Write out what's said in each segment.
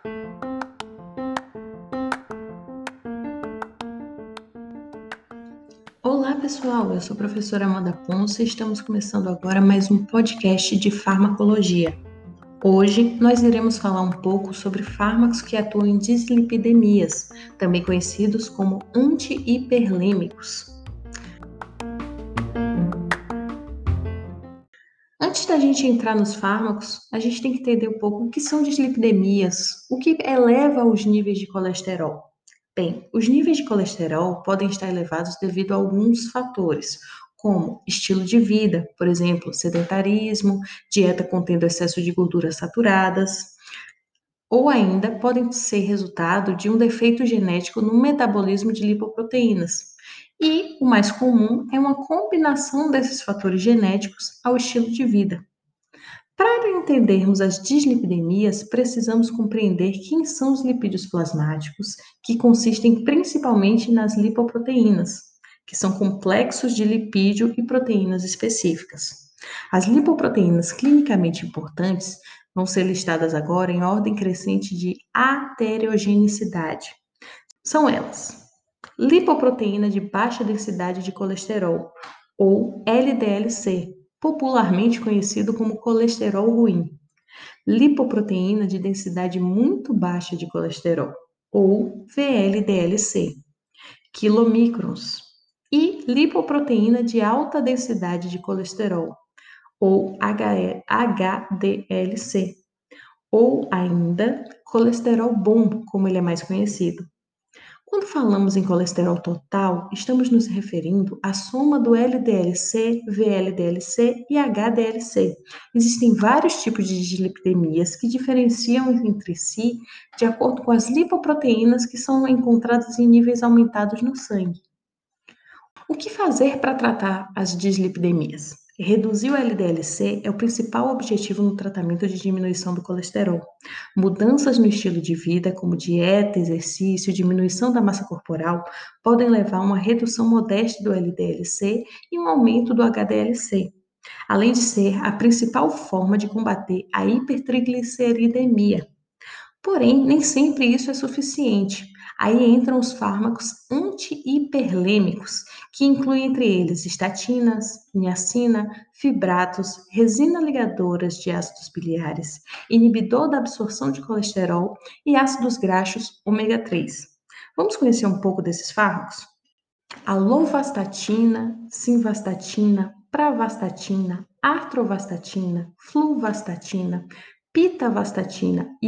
Olá, pessoal. Eu sou a professora Amanda Ponce e estamos começando agora mais um podcast de farmacologia. Hoje nós iremos falar um pouco sobre fármacos que atuam em dislipidemias, também conhecidos como anti-hiperlêmicos. Antes da gente entrar nos fármacos, a gente tem que entender um pouco o que são dislipidemias, o que eleva os níveis de colesterol. Bem, os níveis de colesterol podem estar elevados devido a alguns fatores, como estilo de vida, por exemplo, sedentarismo, dieta contendo excesso de gorduras saturadas, ou ainda podem ser resultado de um defeito genético no metabolismo de lipoproteínas. E o mais comum é uma combinação desses fatores genéticos ao estilo de vida. Para entendermos as dislipidemias, precisamos compreender quem são os lipídios plasmáticos, que consistem principalmente nas lipoproteínas, que são complexos de lipídio e proteínas específicas. As lipoproteínas clinicamente importantes vão ser listadas agora em ordem crescente de aterogenicidade. São elas: lipoproteína de baixa densidade de colesterol, ou LDL-C, popularmente conhecido como colesterol ruim; lipoproteína de densidade muito baixa de colesterol, ou VLDL-C, quilomicrons; e lipoproteína de alta densidade de colesterol, ou HDL-C, ou ainda colesterol bom, como ele é mais conhecido. Quando falamos em colesterol total, estamos nos referindo à soma do LDL-C, VLDL-C e HDL-C. Existem vários tipos de dislipidemias que diferenciam entre si de acordo com as lipoproteínas que são encontradas em níveis aumentados no sangue. O que fazer para tratar as dislipidemias? Reduzir o LDL-C é o principal objetivo no tratamento de diminuição do colesterol. Mudanças no estilo de vida, como dieta, exercício, diminuição da massa corporal, podem levar a uma redução modesta do LDL-C e um aumento do HDL-C, além de ser a principal forma de combater a hipertrigliceridemia. Porém, nem sempre isso é suficiente. Aí entram os fármacos anti-hiperlêmicos, que incluem entre eles estatinas, niacina, fibratos, resina ligadoras de ácidos biliares, inibidor da absorção de colesterol e ácidos graxos ômega 3. Vamos conhecer um pouco desses fármacos? A lovastatina, simvastatina, pravastatina, atorvastatina, fluvastatina, pitavastatina e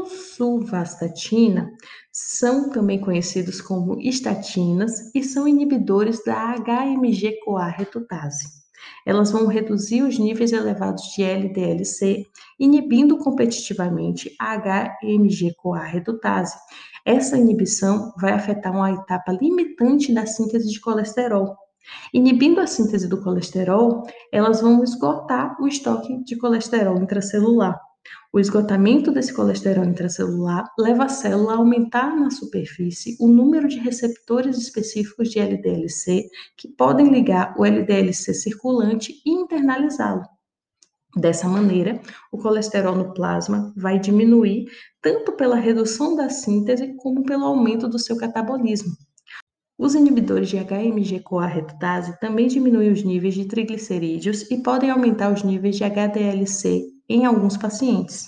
rosuvastatina são também conhecidos como estatinas e são inibidores da HMG-CoA retutase. Elas vão reduzir os níveis elevados de LDL-C, inibindo competitivamente a HMG-CoA retutase. Essa inibição vai afetar uma etapa limitante da síntese de colesterol. Inibindo a síntese do colesterol, elas vão esgotar o estoque de colesterol intracelular. O esgotamento desse colesterol intracelular leva a célula a aumentar na superfície o número de receptores específicos de LDL-C que podem ligar o LDL-C circulante e internalizá-lo. Dessa maneira, o colesterol no plasma vai diminuir tanto pela redução da síntese como pelo aumento do seu catabolismo. Os inibidores de HMG-CoA retutase também diminuem os níveis de triglicerídeos e podem aumentar os níveis de HDL-C em alguns pacientes.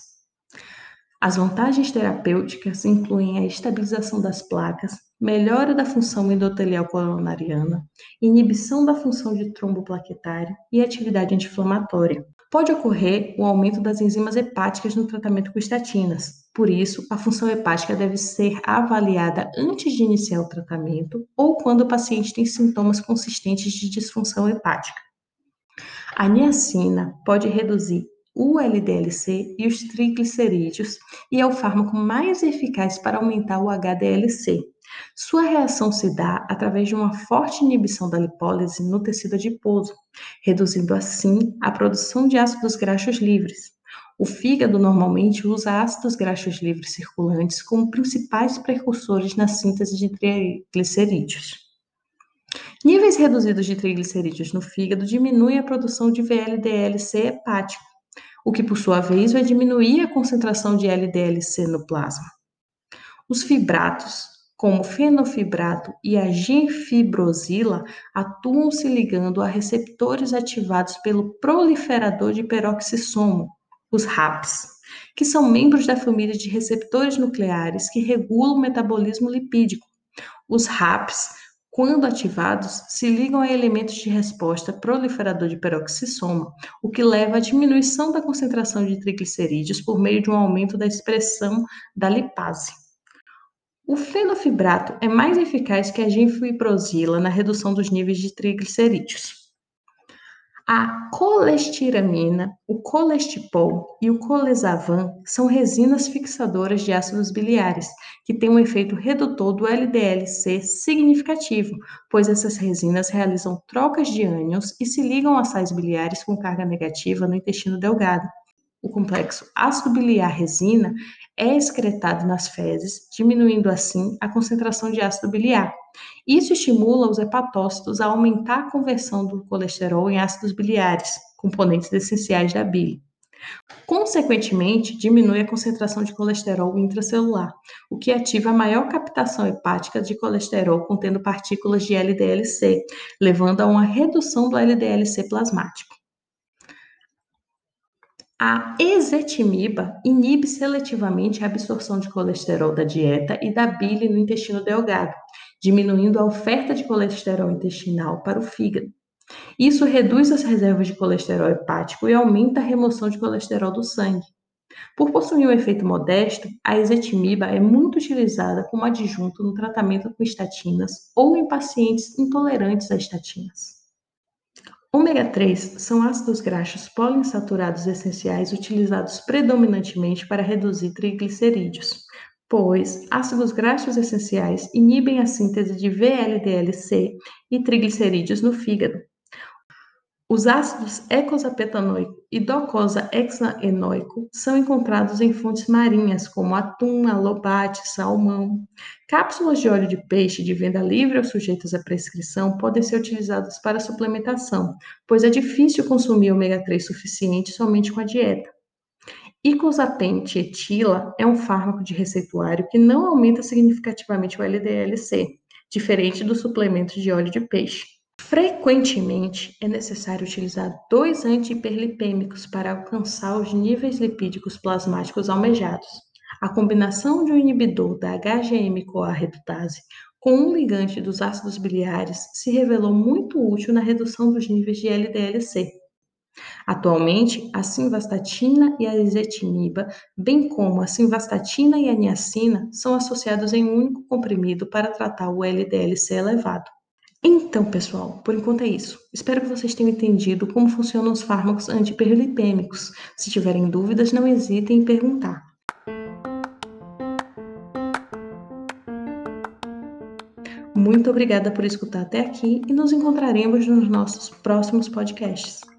As vantagens terapêuticas incluem a estabilização das placas, melhora da função endotelial coronariana, inibição da função de tromboplaquetário e atividade anti-inflamatória. Pode ocorrer o aumento das enzimas hepáticas no tratamento com estatinas. Por isso, a função hepática deve ser avaliada antes de iniciar o tratamento ou quando o paciente tem sintomas consistentes de disfunção hepática. A niacina pode reduzir o LDL-C e os triglicerídeos e é o fármaco mais eficaz para aumentar o HDL-C. Sua reação se dá através de uma forte inibição da lipólise no tecido adiposo, reduzindo assim a produção de ácidos graxos livres. O fígado normalmente usa ácidos graxos livres circulantes como principais precursores na síntese de triglicerídeos. Níveis reduzidos de triglicerídeos no fígado diminuem a produção de VLDL-C hepático. o que por sua vez vai diminuir a concentração de LDL-C no plasma. Os fibratos, como o fenofibrato e a genfibrosila, atuam se ligando a receptores ativados pelo proliferador de peroxisomo, os RAPs, que são membros da família de receptores nucleares que regulam o metabolismo lipídico. Os RAPs, quando ativados, se ligam a elementos de resposta proliferador de peroxisomo, o que leva à diminuição da concentração de triglicerídeos por meio de um aumento da expressão da lipase. O fenofibrato é mais eficaz que a genfibrosila na redução dos níveis de triglicerídeos. A colestiramina, o colestipol e o colesavan são resinas fixadoras de ácidos biliares, que têm um efeito redutor do LDL-C significativo, pois essas resinas realizam trocas de ânions e se ligam a sais biliares com carga negativa no intestino delgado. O complexo ácido biliar-resina é excretado nas fezes, diminuindo assim a concentração de ácido biliar. Isso estimula os hepatócitos a aumentar a conversão do colesterol em ácidos biliares, componentes essenciais da bile. Consequentemente, diminui a concentração de colesterol intracelular, o que ativa a maior captação hepática de colesterol contendo partículas de LDL-C, levando a uma redução do LDL-C plasmático. A ezetimiba inibe seletivamente a absorção de colesterol da dieta e da bile no intestino delgado, diminuindo a oferta de colesterol intestinal para o fígado. Isso reduz as reservas de colesterol hepático e aumenta a remoção de colesterol do sangue. Por possuir um efeito modesto, a ezetimiba é muito utilizada como adjunto no tratamento com estatinas ou em pacientes intolerantes a estatinas. Ômega 3 são ácidos graxos poliinsaturados essenciais utilizados predominantemente para reduzir triglicerídeos, pois ácidos graxos essenciais inibem a síntese de VLDL-C e triglicerídeos no fígado. Os ácidos eicosapetanoico e docosahexaenoico são encontrados em fontes marinhas, como atum, alobate, salmão. Cápsulas de óleo de peixe de venda livre ou sujeitas à prescrição podem ser utilizadas para suplementação, pois é difícil consumir ômega 3 suficiente somente com a dieta. Icosapent etila é um fármaco de receituário que não aumenta significativamente o LDL-C, diferente dos suplementos de óleo de peixe. Frequentemente, é necessário utilizar 2 antihiperlipêmicos para alcançar os níveis lipídicos plasmáticos almejados. A combinação de um inibidor da HGM-CoA redutase com um ligante dos ácidos biliares se revelou muito útil na redução dos níveis de LDL-C. Atualmente, a simvastatina e a ezetimiba, bem como a simvastatina e a niacina, são associados em um único comprimido para tratar o LDL-C elevado. Então, pessoal, por enquanto é isso. Espero que vocês tenham entendido como funcionam os fármacos antihiperlipêmicos. Se tiverem dúvidas, não hesitem em perguntar. Muito obrigada por escutar até aqui e nos encontraremos nos nossos próximos podcasts.